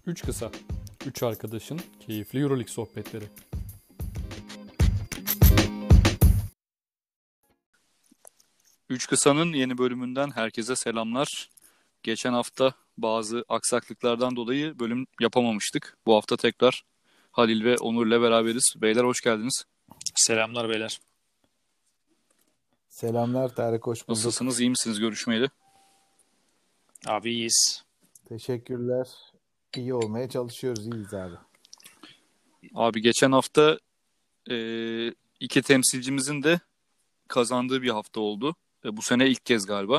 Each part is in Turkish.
Üç kısa, üç arkadaşın keyifli Euroleague sohbetleri. Üç Kısa'nın yeni bölümünden herkese selamlar. Geçen hafta bazı aksaklıklardan dolayı bölüm yapamamıştık. Bu hafta tekrar Halil ve Onur'la beraberiz. Beyler hoş geldiniz. Selamlar beyler. Selamlar Tarık, hoş bulduk. Nasılsınız, iyi misiniz görüşmeyeli? Abi iyiyiz. Teşekkürler. İyi olmaya çalışıyoruz, iyiyiz abi. Abi geçen hafta iki temsilcimizin de kazandığı bir hafta oldu. Bu sene ilk kez galiba.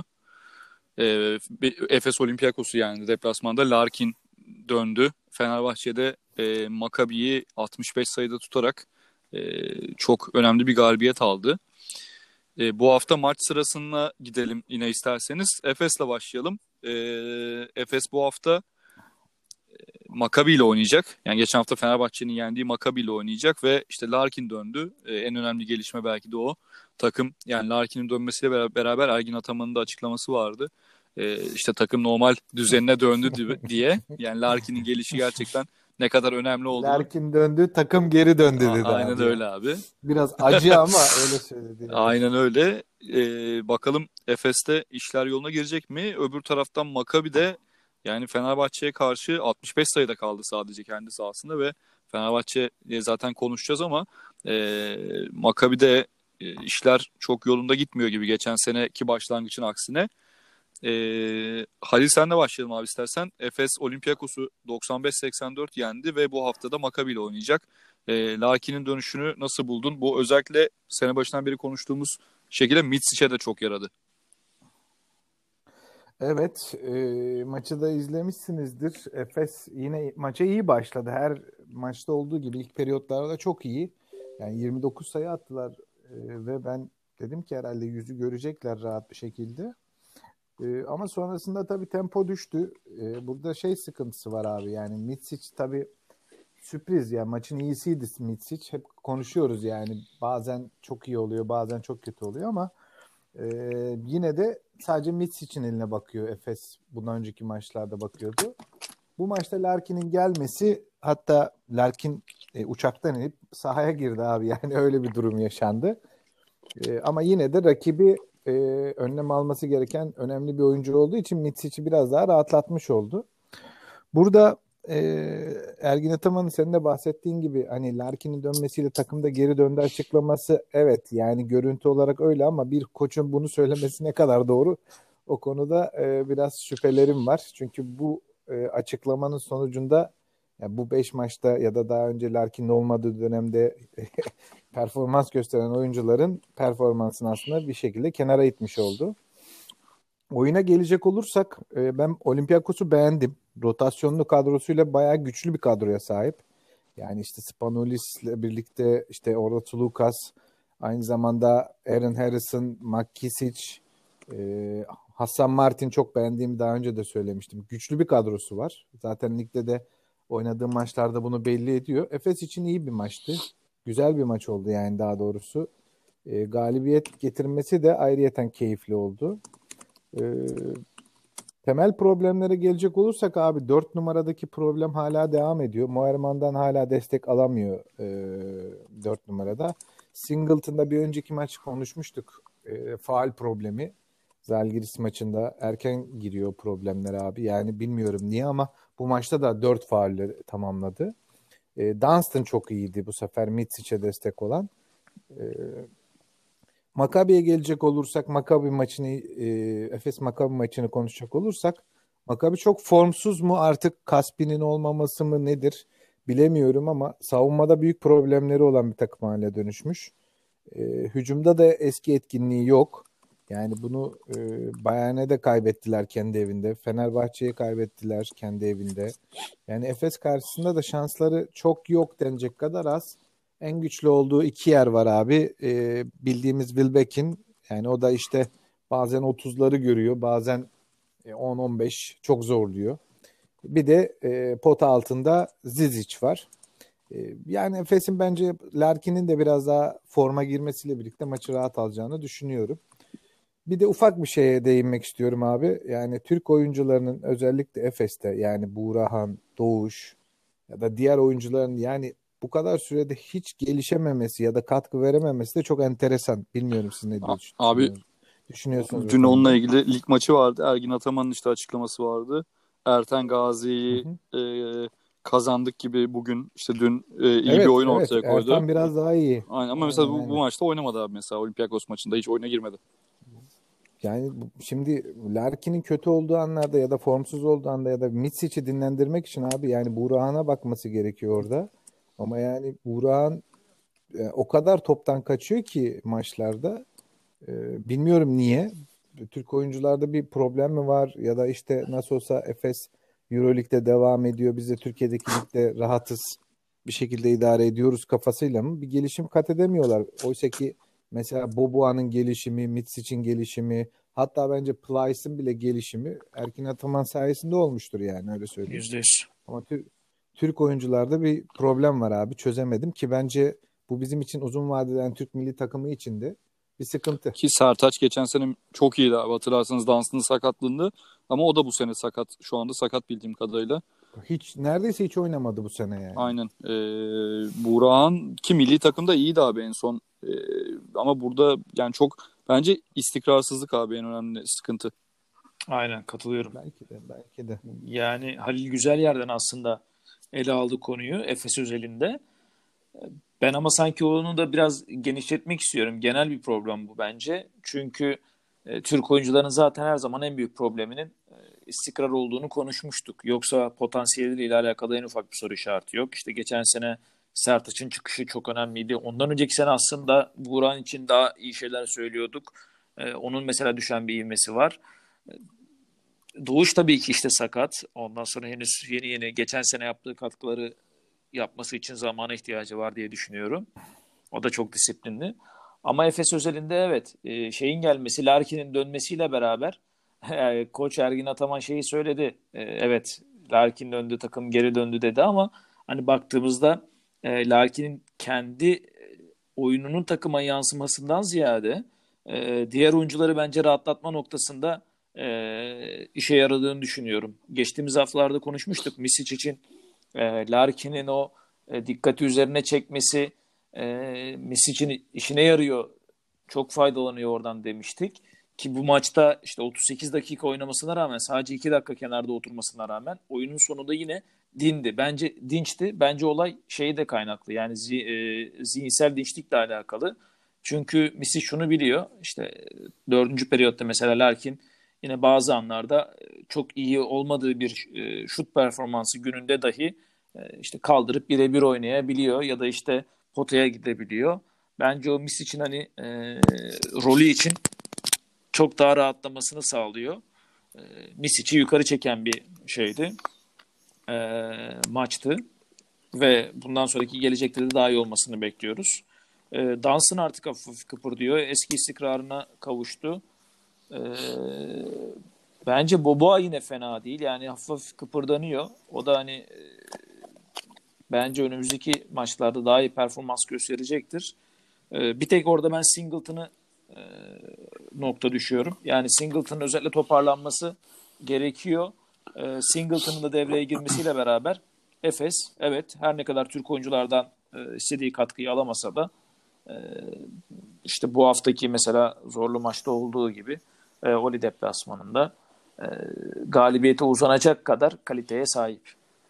Efes Olympiakos'u yani deplasmanda Larkin döndü. Fenerbahçe'de Maccabi'yi 65 sayıda tutarak çok önemli bir galibiyet aldı. Bu hafta maç sırasına gidelim yine isterseniz. Efes'le başlayalım. Efes bu hafta Maccabi ile oynayacak. Yani geçen hafta Fenerbahçe'nin yendiği Maccabi ile oynayacak ve işte Larkin döndü. En önemli gelişme belki de o. Takım yani Larkin'in dönmesiyle beraber Ergin Ataman'ın da açıklaması vardı. İşte takım normal düzenine döndü diye. Yani Larkin'in gelişi gerçekten ne kadar önemli olduğunu. Larkin döndü, takım geri döndü dedi Aynen abi. öyle abi. Biraz acı ama öyle söyledi. Yani. Aynen öyle. Bakalım Efes'te işler yoluna girecek mi? Öbür taraftan Maccabi de yani Fenerbahçe'ye karşı 65 sayıda kaldı sadece kendi sahasında ve Fenerbahçe zaten konuşacağız ama Maccabi'de işler çok yolunda gitmiyor gibi geçen seneki başlangıçın aksine. Halil senle başlayalım abi istersen. Efes Olympiakos'u 95-84 yendi ve bu haftada Maccabi ile oynayacak. Larkin'in dönüşünü nasıl buldun? Bu özellikle sene başından beri konuştuğumuz şekilde Mitsic'e de çok yaradı. Evet, maçı da izlemişsinizdir. Efes yine maça iyi başladı. Her maçta olduğu gibi ilk periyotlarda çok iyi. Yani 29 sayı attılar ve ben dedim ki herhalde yüzü görecekler rahat bir şekilde. Ama sonrasında tabii tempo düştü. Burada sıkıntısı var abi. Yani Mitsic tabii sürpriz ya. Maçın iyisiydi Mitsic. Hep konuşuyoruz yani. Bazen çok iyi oluyor, bazen çok kötü oluyor ama yine de sadece Mitsic'in eline bakıyor Efes. Bundan önceki maçlarda bakıyordu. Bu maçta Larkin'in gelmesi, hatta Larkin uçaktan inip sahaya girdi abi. Yani öyle bir durum yaşandı. Ama yine de rakibi önlem alması gereken önemli bir oyuncu olduğu için Mitsic'i biraz daha rahatlatmış oldu. Burada Ergin Ataman'ın senin de bahsettiğin gibi hani Larkin'in dönmesiyle takımda geri döndü açıklaması, evet yani görüntü olarak öyle ama bir koçun bunu söylemesi ne kadar doğru, o konuda biraz şüphelerim var. Çünkü bu açıklamanın sonucunda yani bu 5 maçta ya da daha önce Larkin'in olmadığı dönemde performans gösteren oyuncuların performansını aslında bir şekilde kenara itmiş oldu. Oyuna gelecek olursak ben Olympiakos'u beğendim. Rotasyonlu kadrosuyla bayağı güçlü bir kadroya sahip. Yani işte Spanulis'le birlikte işte Orası Lucas, aynı zamanda Aaron Harrison, McKissic, Hassan Martin çok beğendiğimi daha önce de söylemiştim. Güçlü bir kadrosu var. Zaten ligde de oynadığı maçlarda bunu belli ediyor. Efes için iyi bir maçtı. Güzel bir maç oldu yani daha doğrusu. Galibiyet getirmesi de ayrıyeten keyifli oldu. Temel problemlere gelecek olursak abi 4 numaradaki problem hala devam ediyor. Moerman'dan hala destek alamıyor 4 numarada. Singleton'da bir önceki maç konuşmuştuk. Faul problemi. Zalgiris maçında erken giriyor problemler abi. Yani bilmiyorum niye ama bu maçta da 4 faulle tamamladı. Dunstan çok iyiydi bu sefer Mitsic'e destek olan. Maccabi'ye gelecek olursak Maccabi maçını Efes Maccabi maçını konuşacak olursak Maccabi çok formsuz mu artık, Kaspi'nin olmaması mı nedir bilemiyorum ama savunmada büyük problemleri olan bir takım haline dönüşmüş. Hücumda da eski etkinliği yok. Yani bunu Bayern'e kaybettiler kendi evinde. Fenerbahçe'ye kaybettiler kendi evinde. Yani Efes karşısında da şansları çok yok denecek kadar az. En güçlü olduğu iki yer var abi. Bildiğimiz Wilbeck'in, yani o da işte bazen 30'ları görüyor, bazen 10-15 çok zorluyor. Bir de pota altında Zizic var. Yani Efes'in bence Larkin'in de biraz daha forma girmesiyle birlikte maçı rahat alacağını düşünüyorum. Bir de ufak bir şeye değinmek istiyorum abi. Yani Türk oyuncularının özellikle Efes'te yani Buğrahan, Doğuş ya da diğer oyuncuların yani bu kadar sürede hiç gelişememesi ya da katkı verememesi de çok enteresan. Bilmiyorum siz ne Abi düşünüyorsunuz bu dün onunla konuda. ilgili lig maçı vardı. Ergin Ataman'ın işte açıklaması vardı. Erten Hı Gazi'yi hı. kazandık gibi bugün işte dün iyi bir Evet, oyun evet. ortaya koydu. Ertan biraz daha iyi. Aynen ama mesela Aynen, bu aynen. maçta oynamadı abi mesela Olympiakos maçında hiç oyuna girmedi. Yani şimdi Larkin'in kötü olduğu anlarda ya da formsuz olduğu anda ya da Mitsic'i dinlendirmek için abi yani Buğrahan'a bakması gerekiyor orada. Ama yani Buğrahan o kadar toptan kaçıyor ki maçlarda. Bilmiyorum niye. Türk oyuncularda bir problem mi var ya da işte nasıl olsa Efes Euroleague'de devam ediyor. Biz de Türkiye'deki ligde rahatız. Bir şekilde idare ediyoruz kafasıyla mı? Bir gelişim kat edemiyorlar. Oysa ki mesela Boboa'nın gelişimi, Mitsic'in gelişimi, hatta bence Plyce'ın bile gelişimi Erkin Ataman sayesinde olmuştur yani öyle söyleyeyim. %100. Ama Türk oyuncularda bir problem var abi. Çözemedim ki bence bu bizim için uzun vadeden Türk milli takımı için de bir sıkıntı. Ki Sertaç geçen sene çok iyiydi abi hatırlarsanız Dunstan'ın sakatlığında ama o da bu sene sakat. Şu anda sakat bildiğim kadarıyla. Hiç neredeyse hiç oynamadı bu sene yani. Aynen. Burakhan ki milli takımda iyiydi abi en son. Ama burada yani çok bence istikrarsızlık abi en önemli sıkıntı. Aynen katılıyorum. Belki de belki de. Yani Halil güzel yerden aslında ele aldı konuyu Efes özelinde. Ben ama sanki onu da biraz genişletmek istiyorum. Genel bir problem bu bence. Çünkü Türk oyuncuların zaten her zaman en büyük probleminin istikrar olduğunu konuşmuştuk. Yoksa potansiyeliyle alakalı en ufak bir soru işareti yok. İşte geçen sene Sertaç'ın çıkışı çok önemliydi. Ondan önceki sene aslında Buğra için daha iyi şeyler söylüyorduk. Onun mesela düşen bir ivmesi var. Doğuş tabii ki işte sakat. Ondan sonra henüz yeni geçen sene yaptığı katkıları yapması için zamana ihtiyacı var diye düşünüyorum. O da çok disiplinli. Ama Efes özelinde evet şeyin gelmesi, Larkin'in dönmesiyle beraber Koç Ergin Ataman şeyi söyledi. Evet Larkin döndü, takım geri döndü dedi ama hani baktığımızda Larkin'in kendi oyununun takıma yansımasından ziyade diğer oyuncuları bence rahatlatma noktasında işe yaradığını düşünüyorum. Geçtiğimiz haftalarda konuşmuştuk Misic için Larkin'in o dikkati üzerine çekmesi Misic'in işine yarıyor. Çok faydalanıyor oradan demiştik. Ki bu maçta işte 38 dakika oynamasına rağmen sadece 2 dakika kenarda oturmasına rağmen oyunun sonunda yine dindi. Bence dinçti. Bence olay şeyi de kaynaklı. Yani zihinsel dinçlikle alakalı. Çünkü Misic şunu biliyor. İşte dördüncü periyotta mesela Larkin yine bazı anlarda çok iyi olmadığı bir şut performansı gününde dahi işte kaldırıp birebir oynayabiliyor ya da işte potaya gidebiliyor. Bence o Misic'in hani rolü için çok daha rahatlamasını sağlıyor. Misic'i yukarı çeken bir şeydi. Maçtı. Ve bundan sonraki gelecekte de daha iyi olmasını bekliyoruz. Dunstan artık hafif kıpırdıyor. Eski istikrarına kavuştu. E, Bence Boboa yine fena değil. Yani hafif hafif kıpırdanıyor. O da hani bence önümüzdeki maçlarda daha iyi performans gösterecektir. Bir tek orada ben Singleton'ı nokta düşüyorum. Yani Singleton'ın özellikle toparlanması gerekiyor. Singleton'ın da devreye girmesiyle beraber Efes evet her ne kadar Türk oyunculardan istediği katkıyı alamasa da işte bu haftaki mesela zorlu maçta olduğu gibi Oli deplasmanında galibiyete uzanacak kadar kaliteye sahip.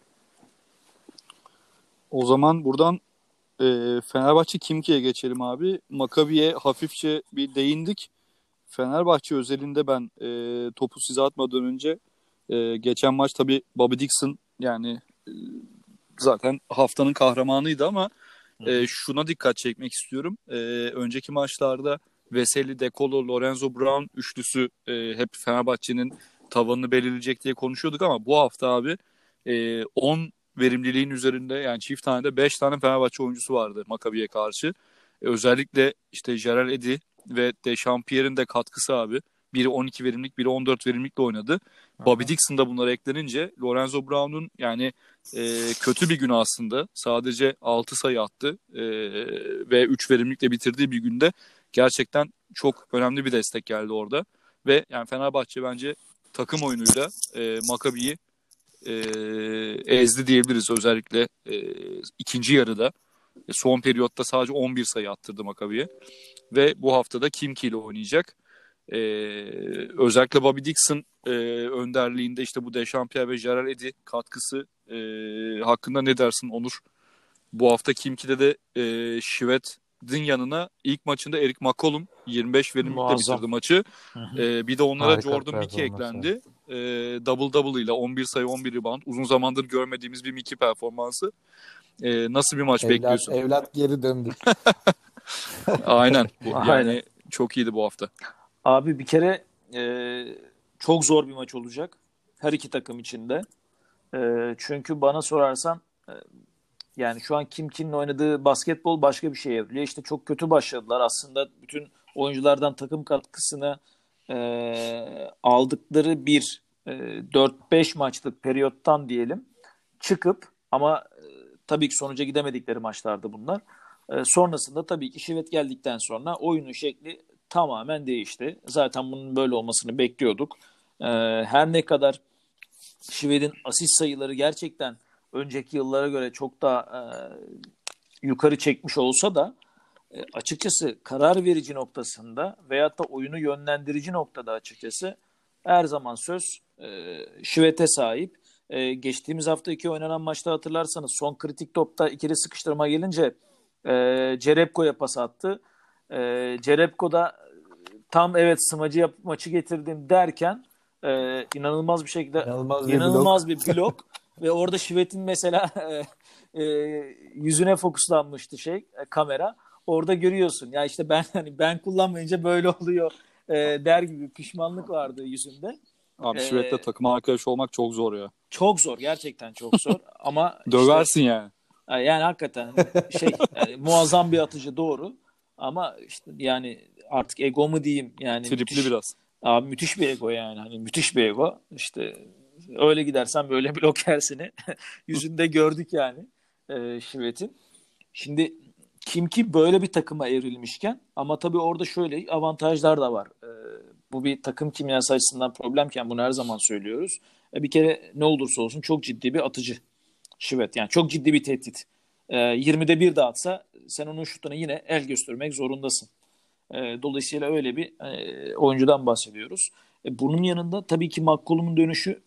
O zaman buradan Fenerbahçe Kimki'ye geçelim abi. Maccabi'ye hafifçe bir değindik. Fenerbahçe özelinde ben topu size atmadan önce geçen maç tabii Bobby Dixon yani zaten haftanın kahramanıydı ama şuna dikkat çekmek istiyorum. Önceki maçlarda Veseli, De Colo, Lorenzo Brown üçlüsü hep Fenerbahçe'nin tavanını belirleyecek diye konuşuyorduk ama bu hafta abi 10 verimliliğin üzerinde yani çift tane de 5 tane Fenerbahçe oyuncusu vardı Maccabi'ye karşı. Özellikle işte Jarel Eddy ve Dechampierre'in de katkısı abi. Biri 12 verimlilik, biri 14 verimlilikle oynadı. Bobby Dixon da bunlara eklenince Lorenzo Brown'un yani kötü bir gün aslında. Sadece 6 sayı attı ve 3 verimlilikle bitirdiği bir günde gerçekten çok önemli bir destek geldi orada. Ve yani Fenerbahçe bence takım oyunuyla Maccabi'yi ezdi diyebiliriz. Özellikle ikinci yarıda son periyotta sadece 11 sayı attırdı Maccabi'ye. Ve bu haftada Kimki ile oynayacak. Özellikle Bobby Dixon önderliğinde işte bu Dechampierre ve Gerard Eddy katkısı hakkında ne dersin Onur? Bu hafta Kimki'de de Şivet'in yanına ilk maçında Eric McCollum 25 verimlilikle Muazzam. bitirdi maçı. Bir de onlara Harika Jordan Mickey performans, eklendi. Double ile 11 sayı 11 rebound. Uzun zamandır görmediğimiz bir Mickey performansı. Nasıl bir maç bekliyorsun? Evlat geri döndü. Aynen. Yani Aynen. çok iyiydi bu hafta. Abi bir kere çok zor bir maç olacak. Her iki takım için de. Çünkü bana sorarsan yani şu an Kim'in oynadığı basketbol başka bir şey evriliyor. İşte çok kötü başladılar. Aslında bütün oyunculardan takım katkısını aldıkları bir 4-5 maçlık periyottan diyelim çıkıp ama tabii ki sonuca gidemedikleri maçlardı bunlar. Sonrasında tabii ki Şivet geldikten sonra oyunun şekli tamamen değişti. Zaten bunun böyle olmasını bekliyorduk. Her ne kadar Şivet'in asist sayıları gerçekten önceki yıllara göre çok daha yukarı çekmiş olsa da açıkçası karar verici noktasında veyahut da oyunu yönlendirici noktada açıkçası her zaman söz Şivet'e sahip. Geçtiğimiz hafta iki oynanan maçta hatırlarsanız son kritik topta ikili sıkıştırma gelince Jerebko'ya pas attı. Jerebko da tam evet smacı yapıp maçı getirdim derken inanılmaz bir şekilde inanılmaz bir blok ve orada Şivet'in mesela yüzüne fokuslanmıştı kamera. Orada görüyorsun. Ya işte ben kullanmayınca böyle oluyor der gibi pişmanlık vardı yüzünde. Abi Şivet'le takım arkadaşı olmak çok zor ya. Çok zor. Gerçekten çok zor. Ama döversin yani. Yani hakikaten yani muazzam bir atıcı doğru. Ama işte yani artık ego mu diyeyim yani tripli biraz. Abi müthiş bir ego yani. Hani müthiş bir ego. İşte öyle gidersen böyle blok yersini yüzünde gördük yani Şivet'in. Şimdi Kimki böyle bir takıma evrilmişken ama tabii orada şöyle avantajlar da var. Bu bir takım kimyası açısından problemken bunu her zaman söylüyoruz. Bir kere ne olursa olsun çok ciddi bir atıcı Şivet. Yani çok ciddi bir tehdit. 20'de 1 dağıtsa sen onun şutuna yine el göstermek zorundasın. Dolayısıyla öyle bir oyuncudan bahsediyoruz. Bunun yanında tabii ki McCollum'un dönüşü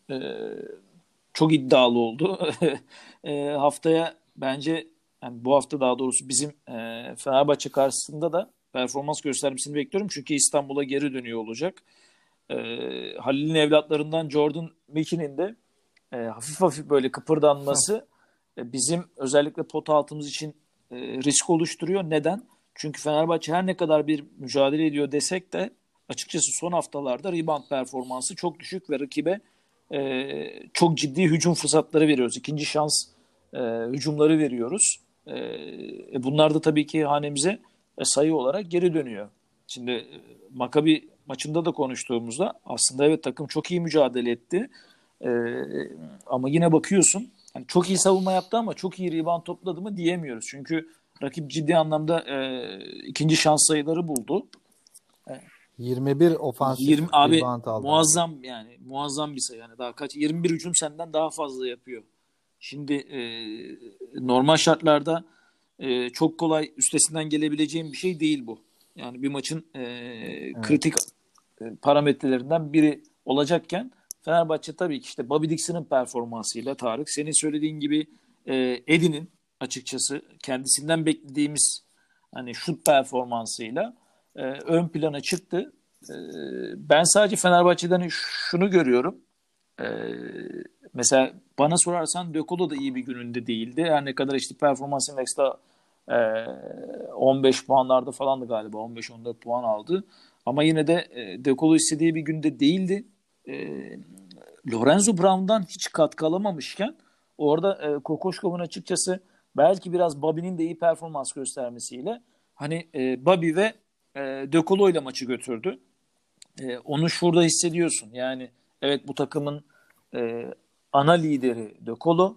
çok iddialı oldu. Haftaya bence yani bu hafta daha doğrusu bizim Fenerbahçe karşısında da performans göstermesini bekliyorum. Çünkü İstanbul'a geri dönüyor olacak. Halil'in evlatlarından Jordan Mickey'nin de hafif hafif böyle kıpırdanması bizim özellikle pot altımız için risk oluşturuyor. Neden? Çünkü Fenerbahçe her ne kadar bir mücadele ediyor desek de açıkçası son haftalarda rebound performansı çok düşük ve rakibe çok ciddi hücum fırsatları veriyoruz. İkinci şans hücumları veriyoruz. Bunlar da tabii ki hanemize sayı olarak geri dönüyor. Şimdi Maccabi maçında da konuştuğumuzda aslında evet takım çok iyi mücadele etti. Ama yine bakıyorsun yani çok iyi savunma yaptı ama çok iyi rebound topladı mı diyemiyoruz. Çünkü rakip ciddi anlamda ikinci şans sayıları buldu. 21 ofansif 20 abi rebound aldı. muazzam yani muazzam bir sayı yani daha kaç 21 hücum senden daha fazla yapıyor. Şimdi normal şartlarda çok kolay üstesinden gelebileceğim bir şey değil bu. Yani bir maçın kritik parametrelerinden biri olacakken Fenerbahçe tabii ki işte Bobby Dixon'ın performansıyla Tarık senin söylediğin gibi Eddy'nin açıkçası kendisinden beklediğimiz hani şut performansıyla ön plana çıktı. Ben sadece Fenerbahçe'den şunu görüyorum. Mesela bana sorarsan De Colo da iyi bir gününde değildi. Her ne kadar işte performans indekste 15 puanlarda falandı galiba. 15-14 puan aldı. Ama yine de De Colo istediği bir günde değildi. Lorenzo Brown'dan hiç katkı alamamışken orada Kokoşkov'un açıkçası belki biraz Bobby'nin de iyi performans göstermesiyle hani Bobby ve De Colo ile maçı götürdü. Onu şurada hissediyorsun. Yani evet bu takımın ana lideri De Colo.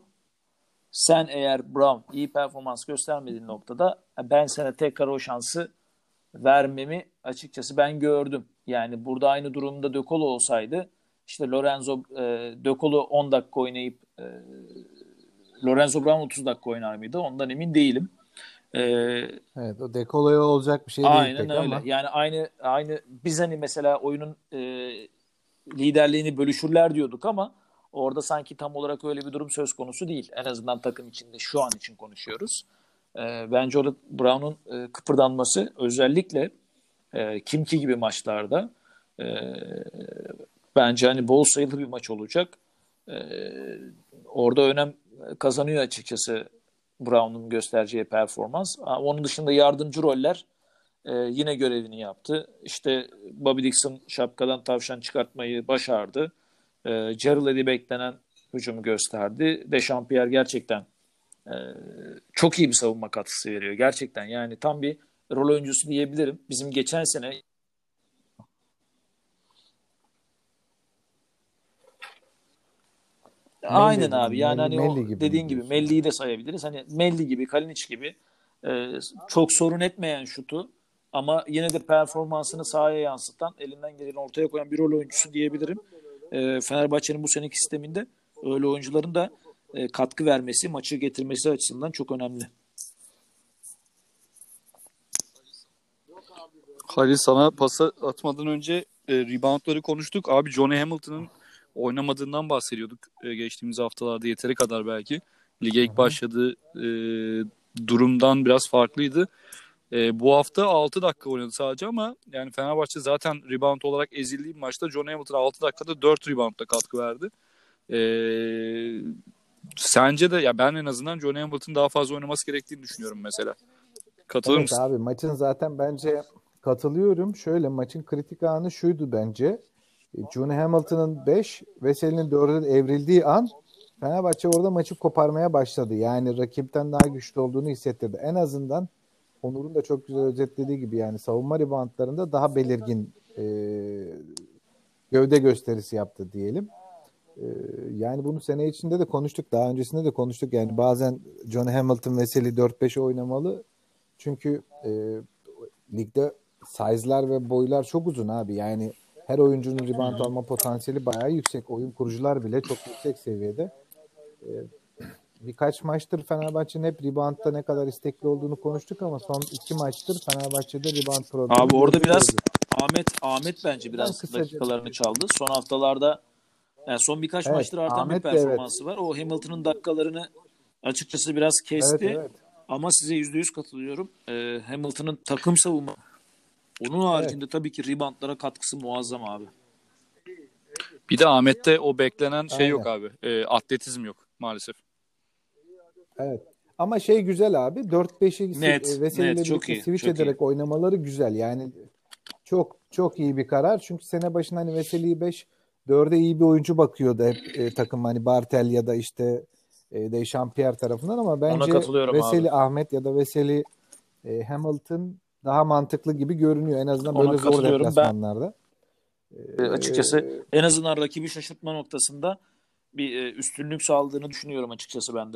Sen eğer Brown iyi performans göstermediğin noktada ben sana tekrar o şansı vermemi açıkçası ben gördüm. Yani burada aynı durumda De Colo olsaydı işte De Colo 10 dakika oynayıp Lorenzo Brown 30 dakika oynar mıydı? Ondan emin değilim. E, Evet, o dekoloya olacak bir şey değil aynen pek öyle. ama Yani aynı biz hani mesela oyunun liderliğini bölüşürler diyorduk ama orada sanki tam olarak öyle bir durum söz konusu değil. En azından takım içinde şu an için konuşuyoruz. Bence orada Brown'un kıpırdanması özellikle Kimki gibi maçlarda e, bence hani bol sayılı bir maç olacak. E, orada önem kazanıyor açıkçası Brown'un göstereceği performans. Onun dışında yardımcı roller yine görevini yaptı. İşte Bobby Dixon şapkadan tavşan çıkartmayı başardı. Gerald Eddy beklenen hücumu gösterdi. Dechampierre gerçekten e, çok iyi bir savunma katkısı veriyor. Gerçekten yani tam bir rol oyuncusu diyebilirim. Bizim geçen sene aynen Melli, abi yani hani o Melli gibi mi dediğin gibi diyorsun abi? Melli'yi de sayabiliriz. Hani Melli gibi, Kalinic gibi çok sorun etmeyen şutu ama yine de performansını sahaya yansıtan, elinden geleni ortaya koyan bir rol oyuncusu diyebilirim. Fenerbahçe'nin bu seneki sisteminde öyle oyuncuların da katkı vermesi, maçı getirmesi açısından çok önemli. Halil, sana pası atmadan önce reboundları konuştuk. Abi Johnny Hamilton'ın oynamadığından bahsediyorduk geçtiğimiz haftalarda yeteri kadar belki. Lige Hı ilk hı. başladığı durumdan biraz farklıydı. Bu hafta 6 dakika oynadı sadece ama yani Fenerbahçe zaten rebound olarak ezildiği bir maçta Johnny Hamilton 6 dakikada 4 reboundda katkı verdi. E, Sence de ya ben en azından Johnny Hamilton daha fazla oynaması gerektiğini düşünüyorum mesela. Katılır Evet mısın? abi, maçın zaten bence katılıyorum. Şöyle, maçın kritik anı şuydu bence. Johnny Hamilton'ın 5, Veseli'nin 4'e evrildiği an Fenerbahçe orada maçı koparmaya başladı. Yani rakipten daha güçlü olduğunu hissettirdi. En azından Onur'un da çok güzel özetlediği gibi yani savunma reboundlarında daha belirgin gövde gösterisi yaptı diyelim. E, Yani bunu sene içinde de konuştuk. Daha öncesinde de konuştuk. Yani bazen Johnny Hamilton, Veseli 4-5'e oynamalı. Çünkü ligde size'lar ve boylar çok uzun abi. Yani her oyuncunun rebound alma potansiyeli bayağı yüksek. Oyun kurucular bile çok yüksek seviyede. E, Birkaç maçtır Fenerbahçe'nin hep reboundda ne kadar istekli olduğunu konuştuk ama son 2 maçtır Fenerbahçe'de rebound problemi Abi orada biraz gördük. Ahmet bence Ben biraz kısaca bir dakikalarını şey çaldı. söyleyeyim. Son haftalarda yani son birkaç Evet, maçtır artan bir Ahmet de evet. performansı var. O Hamilton'ın dakikalarını açıkçası biraz Evet, kesti. evet. Ama size %100 katılıyorum. Hamilton'ın takım savunma. Onun Evet, haricinde tabii ki reboundlara katkısı muazzam abi. Bir de Ahmet'te o beklenen şey yok aynen. abi. Atletizm yok maalesef. Evet. Ama şey güzel abi. 4-5'i Veseli Net, ile çok birlikte iyi, switch çok iyi. ederek oynamaları güzel. Yani çok çok iyi bir karar. Çünkü sene başında hani Veseli'yi 5, 4'e iyi bir oyuncu bakıyordu hep takım, hani Bartel ya da işte Dechampierre tarafından, ama Ona bence katılıyorum abi. Veseli Ahmet ya da Veseli Hamilton daha mantıklı gibi görünüyor. En azından Ona böyle zor katılıyorum. Ben deplasmanlarda. açıkçası E, en azından rakibi şaşırtma noktasında bir üstünlük sağladığını düşünüyorum açıkçası ben de.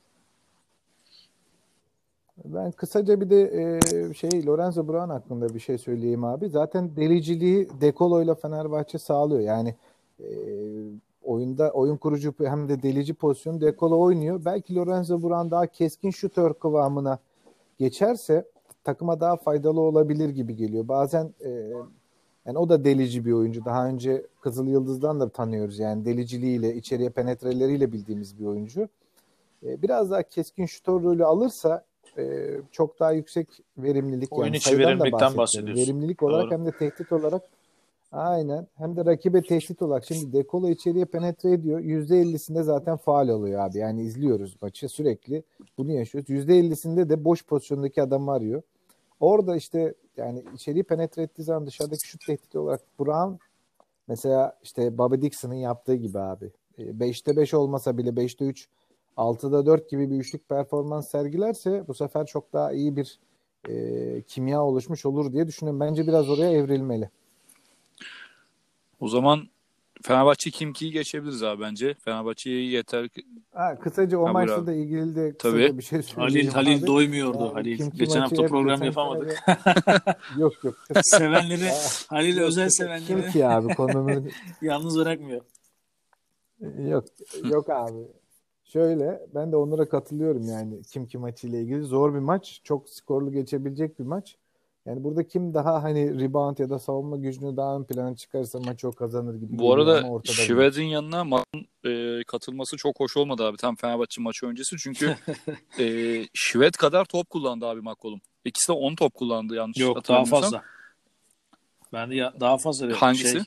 Ben kısaca bir de Lorenzo Brown hakkında bir şey söyleyeyim abi. Zaten deliciliği De Colo ile Fenerbahçe sağlıyor. Yani e, oyun kurucu hem de delici pozisyonu De Colo oynuyor. Belki Lorenzo Brown daha keskin şutör kıvamına geçerse takıma daha faydalı olabilir gibi geliyor. Bazen yani o da delici bir oyuncu. Daha önce Kızıl Yıldız'dan da tanıyoruz. Yani deliciliğiyle, içeriye penetreleriyle bildiğimiz bir oyuncu. Biraz daha keskin şutör rolü alırsa çok daha yüksek verimlilik, Oyun yani içi sayıdan da verimlilikten bahsetmiyorum. bahsediyorsun. Verimlilik olarak Doğru. hem de tehdit olarak, aynen, hem de rakibe tehdit olarak. Şimdi De Colo içeriye penetre ediyor. %50'sinde zaten faul oluyor abi. Yani izliyoruz maçı sürekli. Bunu yaşıyoruz. %50'sinde de boş pozisyondaki adamı arıyor. Orada işte yani içeriği penetre ettiği zaman dışarıdaki şut tehdidi olarak Brown, mesela işte Bobby Dixon'ın yaptığı gibi abi. 5'te 5 olmasa bile 5'te 3, 6'da 4 gibi bir üçlük performans sergilerse bu sefer çok daha iyi bir kimya oluşmuş olur diye düşünüyorum. Bence biraz oraya evrilmeli. O zaman Fenerbahçe Kimki'yi geçebiliriz abi bence. Fenerbahçe'yi yeter ki... Kısaca o Ha, buyur maçla abi. da ilgili de kısaca Tabii. bir şey Halil söyleyeyim Halil abi. doymuyordu. Yani Halil. Kimki Geçen maçı hafta hep program geçen yapamadık. sene yok. Sevenleri, Halil Yok, özel sevenleri Kimki abi konunun yalnız bırakmıyor. yok yok abi. Şöyle ben de onlara katılıyorum yani Kimki maçıyla ilgili. Zor bir maç. Çok skorlu geçebilecek bir maç. Yani burada kim daha hani rebound ya da savunma gücünü daha ön plana çıkarsa maçı o kazanır gibi Bu geliyor arada ama ortada bir maç. Şved'in yanına katılması çok hoş olmadı abi. Tam Fenerbahçe maçı öncesi. Çünkü Şved kadar top kullandı abi McCollum. İkisi de 10 top kullandı yanlış Yok, daha hatırlamıyorsam. fazla. Ben de daha fazla Hangisi?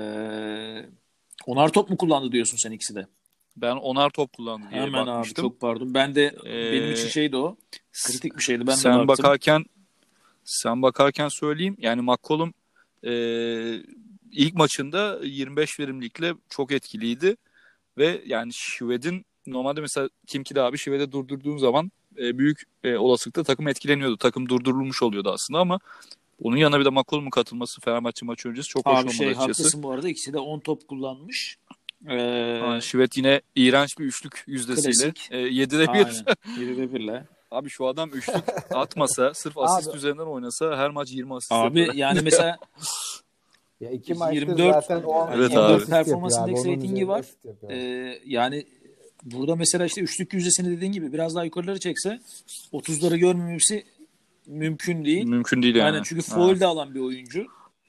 onar top mu kullandı diyorsun sen ikisi de? Ben 10'ar top kullandı diye Hemen abi, bakmıştım. çok pardon. Ben de benim için şeydi o. Kritik bir şeydi. Ben de baktım. Sen bakarken söyleyeyim. Yani McCollum ilk maçında 25 verimlilikle çok etkiliydi. Ve yani Şved'in normalde mesela Kimki de abi Şved'e durdurduğun zaman büyük olasılıkla takım etkileniyordu. Takım durdurulmuş oluyordu aslında ama onun yanına bir de McCollum'un katılması Fenerbahçe maçı öncesi çok hoş Abi olmadı açıkçası. haklısın bu arada. İkisi de 10 top kullanmış. Şved yine iğrenç bir üçlük yüzdesiyle. Klasik. 7'de 1. Aynen. 7'de 1'le. Abi şu adam üçlük atmasa, sırf asist Abi, üzerinden oynasa her maç 20 asist Abi yapar. yani mesela Ya iki maçtır 24 zaten o Evet 24 abi. asist yapıyor performans abi. index Onun ratingi üzerinde var. asist yapıyor. Yani burada mesela işte üçlük yüzdesini dediğin gibi biraz daha yukarıları çekse 30'ları görmemesi mümkün değil. Mümkün değil yani. Aynen, çünkü foul de alan bir oyuncu.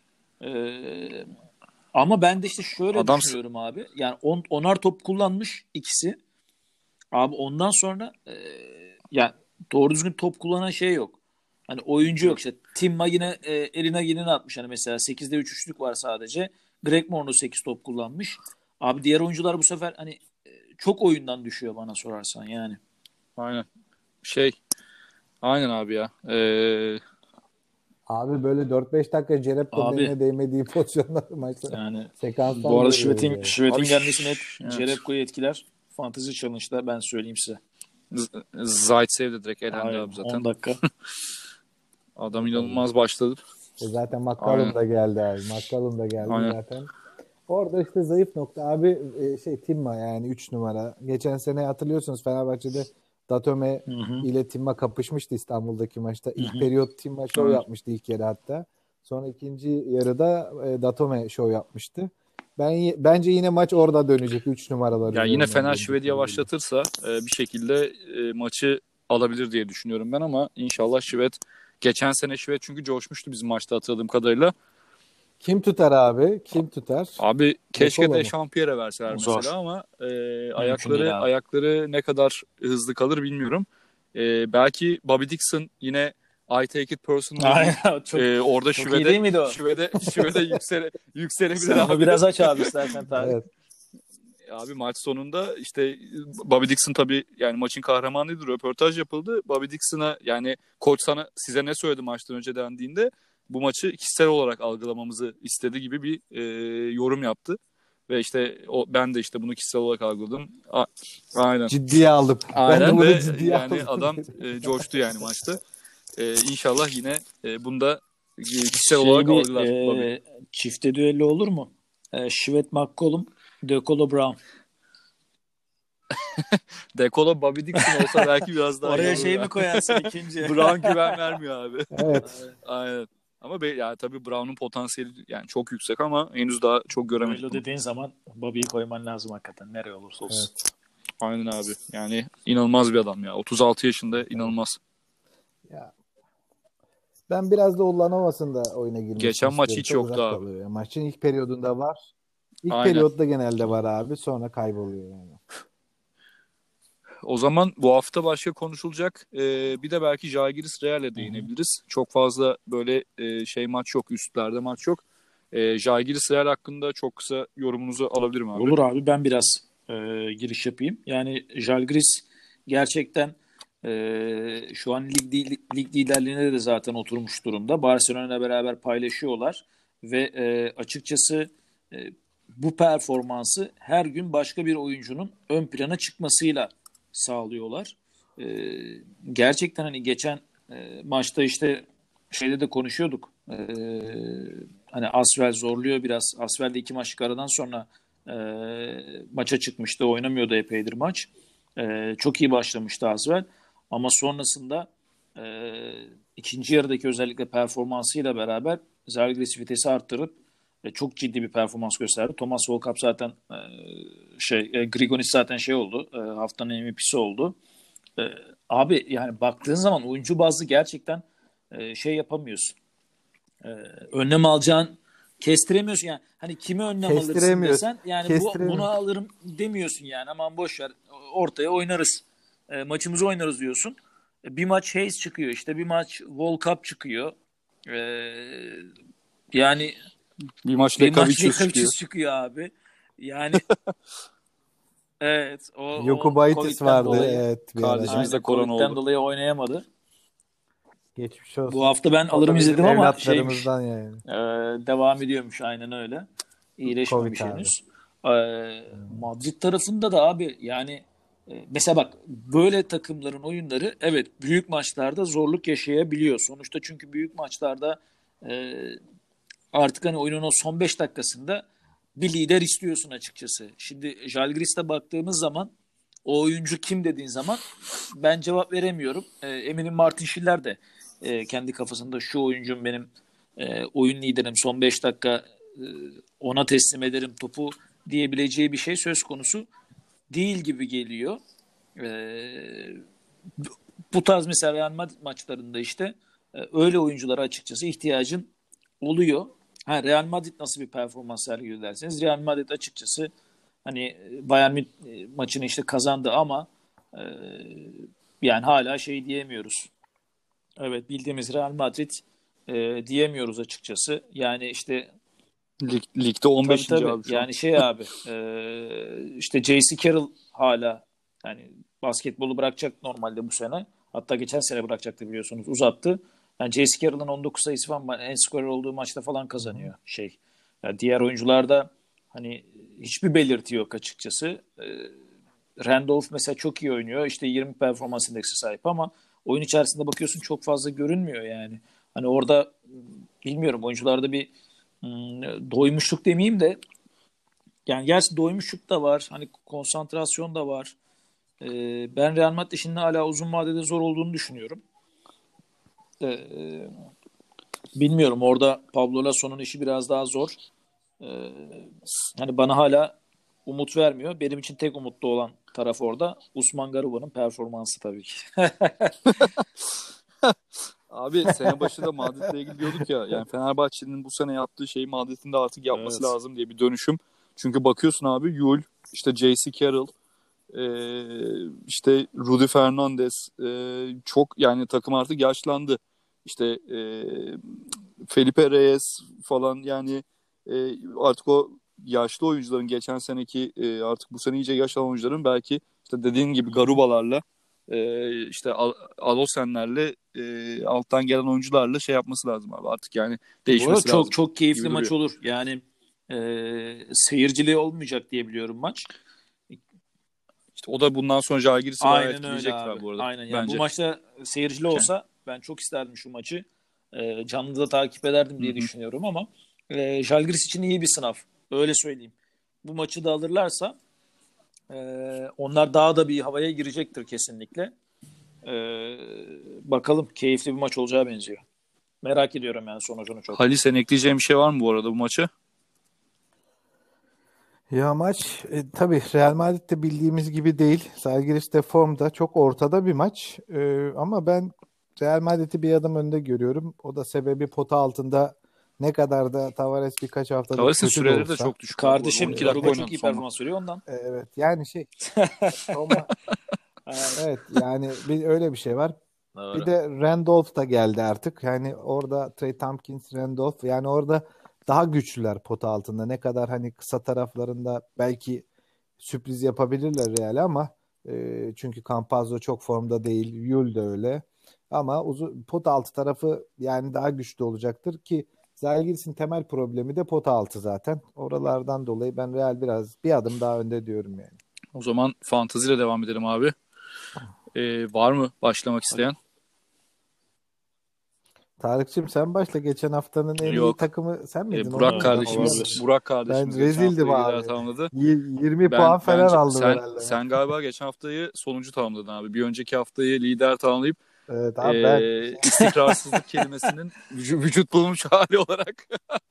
Ama ben de işte şöyle düşünüyorum abi. Yani onar top kullanmış ikisi. Abi ondan sonra yani doğru düzgün top kullanan şey yok. Hani oyuncu yok işte. Timma yine eline yine atmış. Hani mesela 8'de 3 üçlük var sadece. Greg Monroe 8 top kullanmış. Abi diğer oyuncular bu sefer hani çok oyundan düşüyor bana sorarsan yani. Aynen. Aynen abi ya. Abi böyle 4-5 dakika Cerep Abi beline değmediği pozisyonlar maçta yani sekanslar bu arada görüyoruz yani. Şvet'in gelmesi net evet. Jerebko'yu etkiler. Fantasy Challenge'da ben söyleyeyim size. Zaitsev de direkt elendi Aynen, abi zaten. 10 dakika. Adam inanılmaz başladı. Zaten McCollum da geldi abi. McCollum da geldi zaten. Orada işte zayıf nokta abi Timma yani 3 numara. Geçen sene hatırlıyorsunuz Fenerbahçe'de Datome ile Timma kapışmıştı İstanbul'daki maçta. İlk periyot Timma şov yapmıştı ilk yarı hatta. Sonra ikinci yarıda Datome şov yapmıştı. Bence yine maç orada dönecek 3 numaraları. Ya yine Fener Şved'i yavaşlatırsa bir şekilde maçı alabilir diye düşünüyorum ben ama inşallah Şved. Geçen sene Şved çünkü coşmuştu bizim maçta hatırladığım kadarıyla. Kim tutar abi? Kim tutar? Abi keşke Dekolo de mu? Şampiyer'e verseler Zor. mesela ama değil abi. ayakları ne kadar hızlı kalır bilmiyorum. Belki Bobby Dixon yine I take it personally Aynen, çok orada çok iyi değil miydi o? Şved'e yükselebilir Sen onu abi. biraz aç abi istersen Tarık. Evet. Abi maç sonunda işte Bobby Dixon tabii yani maçın kahramanıydı. Röportaj yapıldı. Bobby Dixon'a yani koç size ne söyledi maçtan önce dendiğinde bu maçı kişisel olarak algılamamızı istedi gibi bir yorum yaptı. Ve işte ben de işte bunu kişisel olarak algıladım. Aynen. Ciddiye aldım. Aynen Ben de bunu ve ciddiye yani aldım. adam coştu yani maçta. İnşallah yine bunda kişisel olarak algılar Bobby. Çifte düello olur mu? Şvet McCollum, Dekolo Brown. Dekolo Bobby Dixon olsa belki biraz daha Oraya iyi şey olur. mi koyarsın ikinci? Brown güven vermiyor abi. Evet. Aynen. Ama yani tabii Brown'un potansiyeli yani çok yüksek ama henüz daha çok göremedik Düello bunu. dediğin zaman Bobby'yi koyman lazım hakikaten. Nereye olursa olsun. Evet. Aynen abi. Yani inanılmaz bir adam ya. 36 yaşında inanılmaz. Ya. Ben biraz da Ulanovas'ın da oyuna girmesini Geçen maç istiyorum. hiç Çok yoktu uzak abi. kalıyor. Yani maçın ilk periyodunda var. İlk Aynen. periyotta genelde var abi. Sonra kayboluyor yani. O zaman bu hafta başka konuşulacak. Bir de belki Žalgiris Real'e değinebiliriz. Çok fazla böyle maç yok. Üstlerde maç yok. Žalgiris Real hakkında çok kısa yorumunuzu alabilirim abi. Olur abi, ben biraz giriş yapayım. Yani Žalgiris gerçekten şu an lig liderliğine de zaten oturmuş durumda. Barcelona'yla beraber paylaşıyorlar ve açıkçası bu performansı her gün başka bir oyuncunun ön plana çıkmasıyla sağlıyorlar. Gerçekten hani geçen maçta işte şeyde de konuşuyorduk. Hani Asvel zorluyor biraz. Asvel de 2 maçlık aradan sonra maça çıkmıştı. Oynamıyordu epeydir maç. Çok iyi başlamıştı Asvel. Ama sonrasında ikinci yarıdaki özellikle performansıyla beraber Zalgiris vitesi arttırıp çok ciddi bir performans gösterdi. Thomas Volkap zaten Grigonis zaten oldu. Haftanın MVP'si oldu. E, Abi yani baktığın zaman oyuncu bazlı gerçekten yapamıyorsun. E, Önlem alacağın kestiremiyorsun yani. Hani kimi önlem alırsın Kestiremiyor. desen yani bunu Kestiremiyor. alırım demiyorsun yani. Aman boş ver ortaya oynarız. Maçımızı oynarız diyorsun. Bir maç Hayes çıkıyor işte bir maç Volkap çıkıyor. E, Yani Bir maç bir maç Lekavicius çıkıyor. Lekavicius çıkıyor abi. Yani evet o Yokubaitis Covid'den vardı. dolayı Evet, bir ara. Kardeşimiz de aynen korona Covid'den oldu. dolayı oynayamadı. Geçmiş Bu olsun. hafta ben O da alırım bizim izledim ama şeymiş. evlatlarımızdan yani. Devam ediyormuş aynen öyle. Covid İyileşmemiş abi. henüz. Madrid tarafında da abi yani mesela bak böyle takımların oyunları evet büyük maçlarda zorluk yaşayabiliyor. Sonuçta çünkü büyük maçlarda e, artık hani oyunun o son 5 dakikasında bir lider istiyorsun açıkçası. Şimdi Žalgiris'te baktığımız zaman o oyuncu kim dediğin zaman ben cevap veremiyorum. Eminim Martin Schiller de kendi kafasında şu oyuncum benim oyun liderim son 5 dakika e, ona teslim ederim topu diyebileceği bir şey söz konusu değil gibi geliyor. E, Bu tarz mesela Real Madrid maçlarında işte öyle oyunculara açıkçası ihtiyacın oluyor. Real Madrid nasıl bir performans sergiliyor derseniz Real Madrid açıkçası hani Bayern Münih maçını işte kazandı ama e, yani hala şey diyemiyoruz. Evet bildiğimiz Real Madrid diyemiyoruz açıkçası. Yani işte Ligde tabii 15. tabii abi şu an. yani abi işte J.C. Carroll hala yani basketbolu bırakacak normalde bu sene. Hatta geçen sene bırakacaktı biliyorsunuz uzattı. Yani J.C. Carroll'ın 19 sayısı falan en skorer olduğu maçta falan Hı hı. kazanıyor Yani diğer oyuncularda hani hiçbir belirti yok açıkçası. Randolph mesela çok iyi oynuyor. İşte 20 performans indeksi sahip ama oyun içerisinde bakıyorsun çok fazla görünmüyor yani. Hani orada bilmiyorum oyuncularda bir doymuşluk demeyeyim de yani gerçi doymuşluk da var. Hani konsantrasyon da var. Ben Real Madrid işinin hala uzun vadede zor olduğunu düşünüyorum. Ee, Bilmiyorum orada Pablo Lasso'nun işi biraz daha zor. Ee, Hani bana hala umut vermiyor. Benim için tek umutlu olan taraf orada Usman Garuba'nın performansı tabii ki. Abi sene başı da Madrid'le ilgili diyorduk ya. Yani Fenerbahçe'nin bu sene yaptığı şeyi Madrid'in de artık yapması Evet. lazım diye bir dönüşüm. Çünkü bakıyorsun abi Yul, işte J.C. Carroll, işte Rudy Fernandez çok yani takım artık yaşlandı. İşte Felipe Reyes falan yani artık o yaşlı oyuncuların geçen seneki artık bu sene iyice yaşlı oyuncuların belki işte dediğin gibi Garuba'larla işte Alosen'lerle alttan gelen oyuncularla şey yapması lazım abi artık yani Bu arada değişmesi çok lazım çok gibi keyifli duruyor. maç olur. Yani seyircili olmayacak diye biliyorum maç. İşte o da bundan sonra Žalgiris'i bayağı Aynen öyle etkileyecektir abi abi. bu arada Aynen. Yani bu bence. maçta seyircili Yani, olsa ben çok isterdim şu maçı. Canlı da takip ederdim hı diye hı. düşünüyorum ama Žalgiris için iyi bir sınav. Öyle söyleyeyim. Bu maçı da alırlarsa e, onlar daha da bir havaya girecektir kesinlikle. E, Bakalım keyifli bir maç olacağı benziyor. Merak ediyorum yani sonucunu çok. Halil sen ekleyeceğin bir şey var mı bu arada bu maça? Ya maç tabii Real Madrid de bildiğimiz gibi değil. Zalgiris de formda çok ortada bir maç. Ama ben Real Madrid'i bir adım önde görüyorum. O da sebebi pota altında ne kadar da Tavares birkaç haftadır Tavares'in kötü de süreleri de olsa. çok düşük abi bu arada. Kardeşim 12 dakika Garuba çok oynadı iyi son maç. performans veriyor ondan. Evet yani Toma, Evet, evet yani bir öyle bir şey var. Bir doğru. de Randolph da geldi artık. Yani orada Trey Tompkins, Randolph yani orada daha güçlüler pota altında. Ne kadar hani kısa taraflarında belki sürpriz yapabilirler Real'e ama çünkü Campazzo çok formda değil. Yul de öyle. Ama uzun pot altı tarafı yani daha güçlü olacaktır ki Zalgiris'in temel problemi de pot altı zaten. Oralardan dolayı ben Real biraz bir adım daha önde diyorum yani. O zaman fantaziyle devam edelim abi. Var mı başlamak isteyen? Tarık'cığım sen başla. Geçen haftanın en iyi Yok. takımı sen miydin? Onu Burak mu kardeşimiz olabilir. Burak kardeşimiz Ben geçen rezildim haftayı lider abi. tamamladı. 20 puan falan aldım sen herhalde. sen galiba geçen haftayı sonuncu tamamladın abi. Bir önceki haftayı lider tamamlayıp Evet abi ben istikrarsızlık kelimesinin vücut bulmuş hali olarak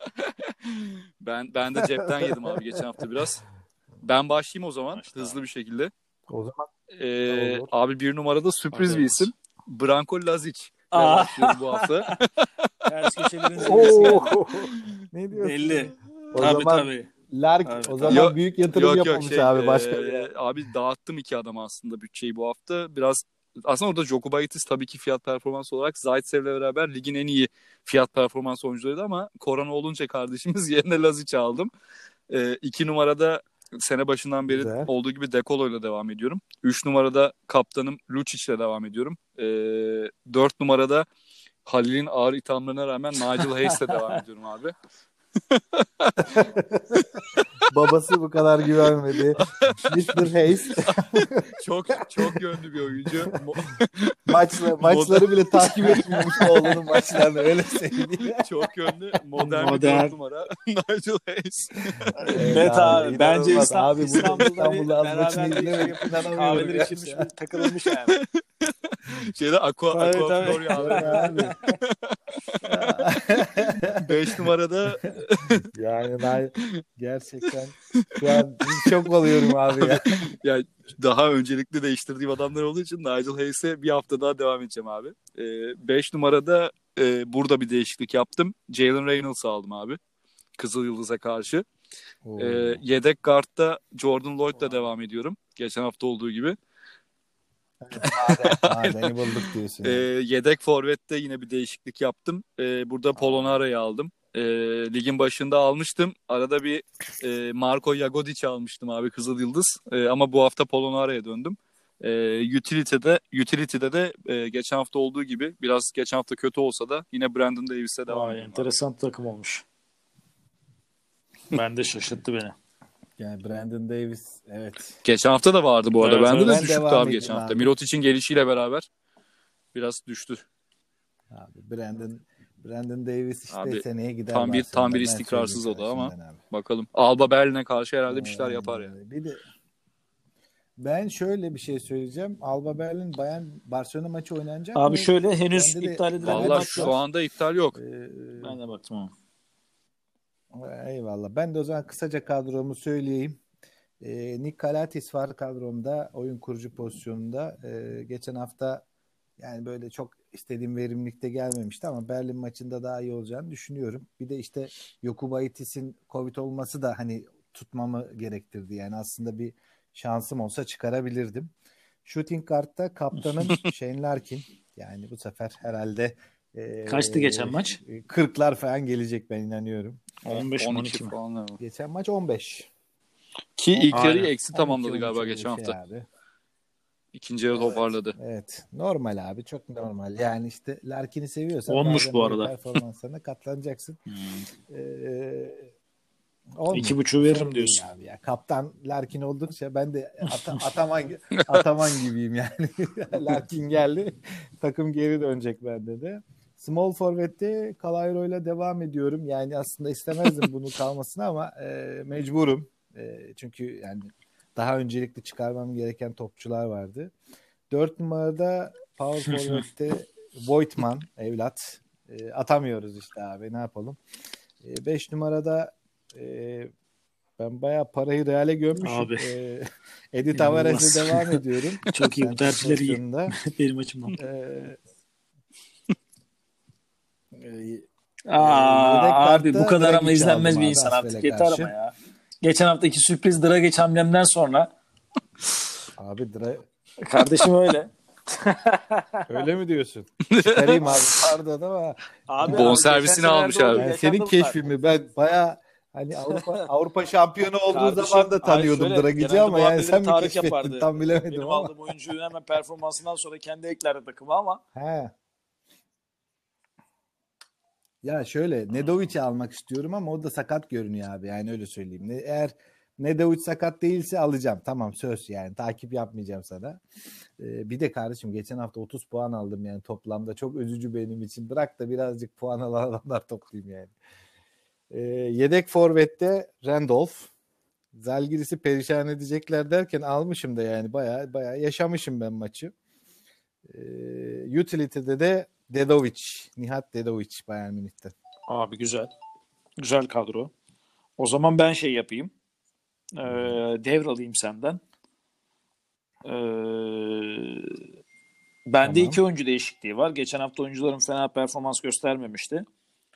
ben de cepten yedim abi geçen hafta biraz. Ben başlayayım o zaman Başla. hızlı bir şekilde. o zaman olur. Abi bir numarada sürpriz Hadi bir evet. isim. Branko Lazic. Aa. Başlıyorum bu hafta. Ters köşelerin zirvesi geldi. Oo. Ne diyorsun? Belli. O Tabii zaman tabii. Lark Tabii, o tabii. zaman Yok, büyük yatırım Yok yapılmış abi başka bir yer. abi dağıttım iki adam aslında bütçeyi bu hafta. Biraz aslında orada Jokubaitis tabii ki fiyat performans olarak Zaitsev'le beraber ligin en iyi fiyat performans oyuncularıydı ama korona olunca kardeşimiz yerine Lazic aldım. 2 numarada sene başından beri Güzel. olduğu gibi Dekolo'yla devam ediyorum. 3 numarada kaptanım Lucic'le devam ediyorum. 4 numarada Halil'in ağır ithamlarına rağmen Nigel Hayes'le devam ediyorum abi. Babası bu kadar güvenmedi. Mr. Hayes Çok yönlü bir oyuncu. maçları bile takip etmiyormuş oğlunun maçlarını öyle söyleyeyim. Çok yönlü. Modern bir Modern. 4 numara. Nigel Hayes. Evet abi. Bence inanılmaz. Abi burada İstanbul'da az maçını beraber izlemedik. İnanamıyorum kahveler ya. içilmiş bir takılılmış yani. Şeyde Aqua Tabii, tabii. Florya abi. Abi. 5 numarada Yani gerçekten şu an şok oluyorum abi ya. ya daha öncelikli değiştirdiğim adamlar olduğu için Nigel Hayes'e bir hafta daha devam edeceğim abi. 5 numarada burada bir değişiklik yaptım. Jalen Reynolds'ı aldım abi. Kızıl Yıldız'a karşı. Yedek guard'da Jordan Lloyd'la devam ediyorum. Geçen hafta olduğu gibi. Madeni bulduk diyorsun. Yani. Yedek forvette yine bir değişiklik yaptım. Burada Polonara'yı aldım. Ligin başında almıştım. Arada bir Marko Jagodic almıştım abi Kızıl Yıldız. Ama bu hafta Polonara'ya döndüm. Utility'de de geçen hafta olduğu gibi biraz geçen hafta kötü olsa da yine Brandon Davis'e devam Vay, ediyorum. enteresan takım olmuş. Ben de şaşırttı beni. Yani Brandon Davis evet. Geçen hafta da vardı bu arada. Evet, Bende de ben düşüktü devam abi edeyim geçen hafta. abi. Mirotic'in gelişiyle beraber biraz düştü. Abi Brandon Davis işte Abi, seneye gider. tam bir Barcelona'dan, ben istikrarsız o da söyleyeyim ama şimdiden abi. bakalım. Alba Berlin'e karşı herhalde bir şeyler yapar ya. Bir de ben şöyle bir şey söyleyeceğim. Alba Berlin Barcelona maçı oynanacak mı? Abi şöyle henüz Bende de- iptal edilen bir Vallahi maç şu var. anda iptal yok. Ben de baktım ama. Eyvallah. Ben de o zaman kısaca kadromu söyleyeyim. Nick Kalatis var kadromda. Oyun kurucu pozisyonunda. Geçen hafta yani böyle çok istediğim verimlilikte gelmemişti ama Berlin maçında daha iyi olacağını düşünüyorum. Bir de işte Jokubaitis'in Covid olması da hani tutmamı gerektirdi. Yani aslında bir şansım olsa çıkarabilirdim. Shooting guard'da kaptanım Shane Larkin. Yani bu sefer herhalde Kaçtı geçen maç? 40'lar falan gelecek ben inanıyorum. 15 mi 12 12 mi? falan. Ama. Geçen maç 15. Ki ilk Aynen. yarıyı eksi 12, tamamladı galiba 13 geçen şey hafta. abi. İkinci yarı toparladı. Evet. Normal abi. Çok normal. Yani işte Larkin'i seviyorsan Olmuş bazen bu böyle arada. performanslarına katlanacaksın. Olmuş. 2,5 veririm Sorun diyorsun. değil abi ya. Kaptan Larkin oldukça ben de Ataman gibiyim yani. Larkin geldi. Takım geri dönecek bende de. Small forvet'te Calayro ile devam ediyorum. Yani aslında istemezdim bunun kalmasını ama mecburum. Çünkü yani daha öncelikli çıkarmam gereken topçular vardı. 4 numarada power forward'te Voigtman evlat. Atamıyoruz işte abi ne yapalım. 5 numarada ben bayağı parayı Real'e gömmüşüm. Abi. Eddie İnanılmaz. Tavares'e devam ediyorum. Çok iyi bu tercihler iyi. pozisyonunda. Benim açımdan. Yedek Abi bu kartta kadar ama Dragic izlenmez aldım bir abi insan Asfel'e artık. Yeter karşı. ama ya. Geçen haftaki sürpriz Dragic hamlemden sonra Abi kardeşim öyle. öyle mi diyorsun? Çıkarayım abi pardon ama Abi Bonservisini geçen almış senelerde abi. oldu, yani geçen senin yıl var. keşfin mi? Ben bayağı hani Avrupa şampiyonu olduğu Kardeşim, zaman da tanıyordum hayır, şöyle, Dragic'i genelde ama bu yani hamleleri sen mi Tarık keşfettin yapardı. tam bilemedim Benim ama. aldığım oyuncunun hemen performansından sonra kendi eklerdi takıma ama He. Ya şöyle Nedovic'i almak istiyorum ama o da sakat görünüyor abi. Yani öyle söyleyeyim. Eğer Nedovic sakat değilse alacağım. Tamam, söz yani. Takip yapmayacağım sana. Bir de kardeşim geçen hafta 30 puan aldım yani toplamda. Çok üzücü benim için. Bırak da birazcık puan alan adamlar toplayayım yani. Yedek forvette Randolph. Zalgiris'i perişan edecekler derken almışım da yani baya yaşamışım ben maçı. Utility'de de Dedovic. Nihat Dedovic Bayern Münih'ten. Abi güzel. Güzel kadro. O zaman ben şey yapayım. Devralayım senden. Bende Tamam. 2 oyuncu değişikliği var. Geçen hafta oyuncularım fena performans göstermemişti.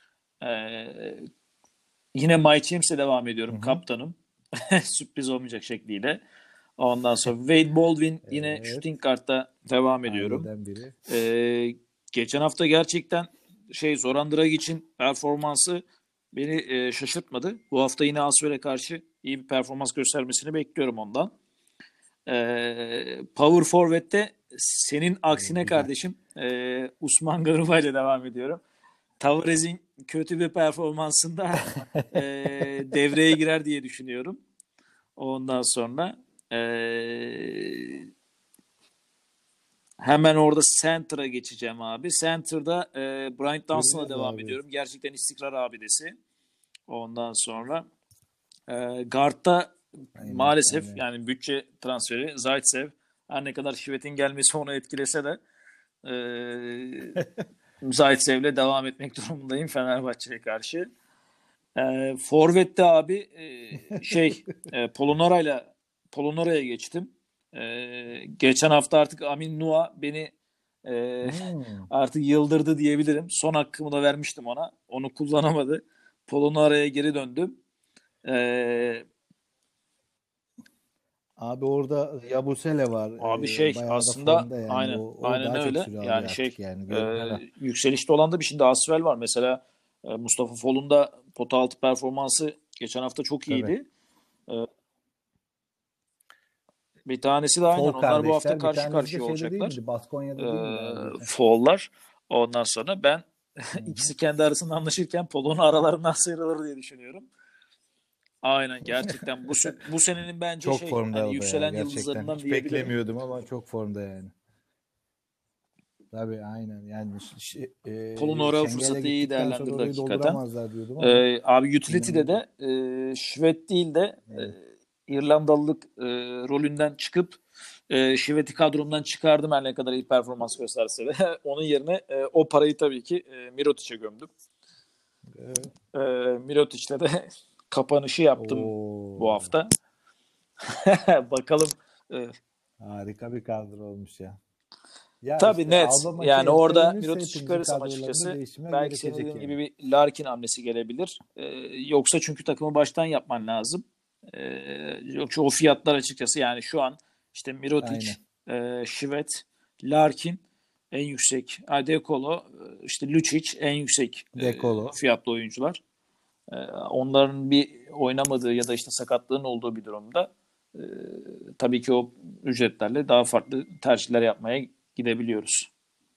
Yine Mike James'e devam ediyorum. Hı hı. Kaptanım. Sürpriz olmayacak şekliyle. Ondan sonra Wade Baldwin yine Evet. shooting guard'da devam ediyorum. Aileden biri. Geçen hafta gerçekten Zoran Dragic'in performansı beni şaşırtmadı. Bu hafta yine Asvel'e karşı iyi bir performans göstermesini bekliyorum ondan. Power Forward'te senin aksine Güzel. kardeşim Usman Garuba ile devam ediyorum. Tavares'in kötü bir performansında devreye girer diye düşünüyorum. Ondan sonra hemen orada center'a geçeceğim abi. Center'da Bryant Dunston'la Göreceğiz devam abi. ediyorum. Gerçekten istikrar abidesi. Ondan sonra guard'da Aynen, maalesef aynen. yani bütçe transferi Zaitsev, her ne kadar Şivet'in gelmesi onu etkilese de Zaitsev'le devam etmek durumundayım Fenerbahçe'ye karşı. Forvet'te abi Polonara'ya geçtim. Geçen hafta artık Amin Nua beni artık yıldırdı diyebilirim. Son hakkımı da vermiştim ona. Onu kullanamadı. Polonara'ya geri döndüm. Abi orada Yabusele var. Abi Bayağı da aslında formda yani. aynen O daha çok öyle. süre alıyor Yani artık yani. Görünen o. yükselişte olan da bir şimdi Asvel var. Mesela Mustafa Fol'un da pota altı performansı geçen hafta çok Tabii. iyiydi. Bir tanesi de aynen. Fol Onlar bu hafta kardeşler. Bir karşı tanesi karşıya de şeyde değil olacaklar. miydi? Baskonya'da değil miydi abi? Foul'lar. Ondan sonra ben Hı hı. ikisi kendi arasında anlaşırken Polon'un aralarından sıyrılır diye düşünüyorum. Aynen gerçekten bu senenin bence Çok formda hani o da ya yükselen gerçekten. yıldızlarından Hiç diyebilirim. beklemiyordum ama çok formda yani. Tabii aynen. Yani Polonara Şengel'e fırsatı iyi gittikten sonra değerlendirdi orayı hakikaten. dolduramazlar diyordum ama Abi Utility'de inanılmaz. de Şivet değil de Evet. İrlandalılık rolünden çıkıp Şivet'i kadromdan çıkardım her ne kadar iyi performans gösterse de. Onun yerine o parayı tabii ki Mirotic'e gömdüm. Evet. Mirotic'le de kapanışı yaptım bu Oo, hafta. Bakalım. E, harika bir kadro olmuş ya. Ya tabii işte net. Alba maçı Yani orada ertelenirse Mirotic hepimizin çıkarırsam kadrolarında açıkçası değişime belki senin gerekecek dediğin yani. gibi bir Larkin hamlesi gelebilir. Yoksa çünkü takımı baştan yapman lazım. Yoksa o fiyatlar açıkçası yani şu an işte Mirotic, Şivet, Larkin en yüksek, Dekolo, işte Lucic en yüksek Dekolo. fiyatlı oyuncular. Onların bir oynamadığı ya da işte sakatlığın olduğu bir durumda tabii ki o ücretlerle daha farklı tercihler yapmaya gidebiliyoruz.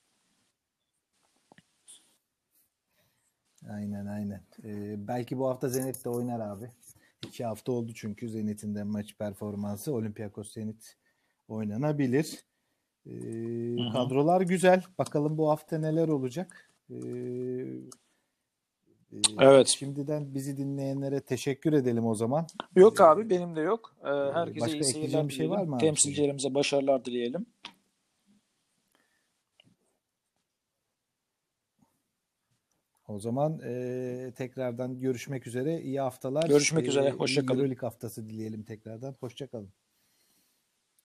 Aynen. Belki bu hafta Zenit de oynar abi. 2 hafta oldu çünkü Zenit'in de maç performansı. Olympiakos Zenit oynanabilir. Kadrolar güzel. Bakalım bu hafta neler olacak. Evet. Şimdiden bizi dinleyenlere teşekkür edelim o zaman. Yok abi benim de yok. Herkese Başka iyi ekleyeceğim seyirler bir şey var dileyelim. mı abi? Temsilcilerimize başarılar dileyelim. O zaman tekrardan görüşmek üzere. İyi haftalar. Görüşmek üzere. Hoşça İyi kalın. Euroleague haftası dileyelim tekrardan. Hoşça kalın.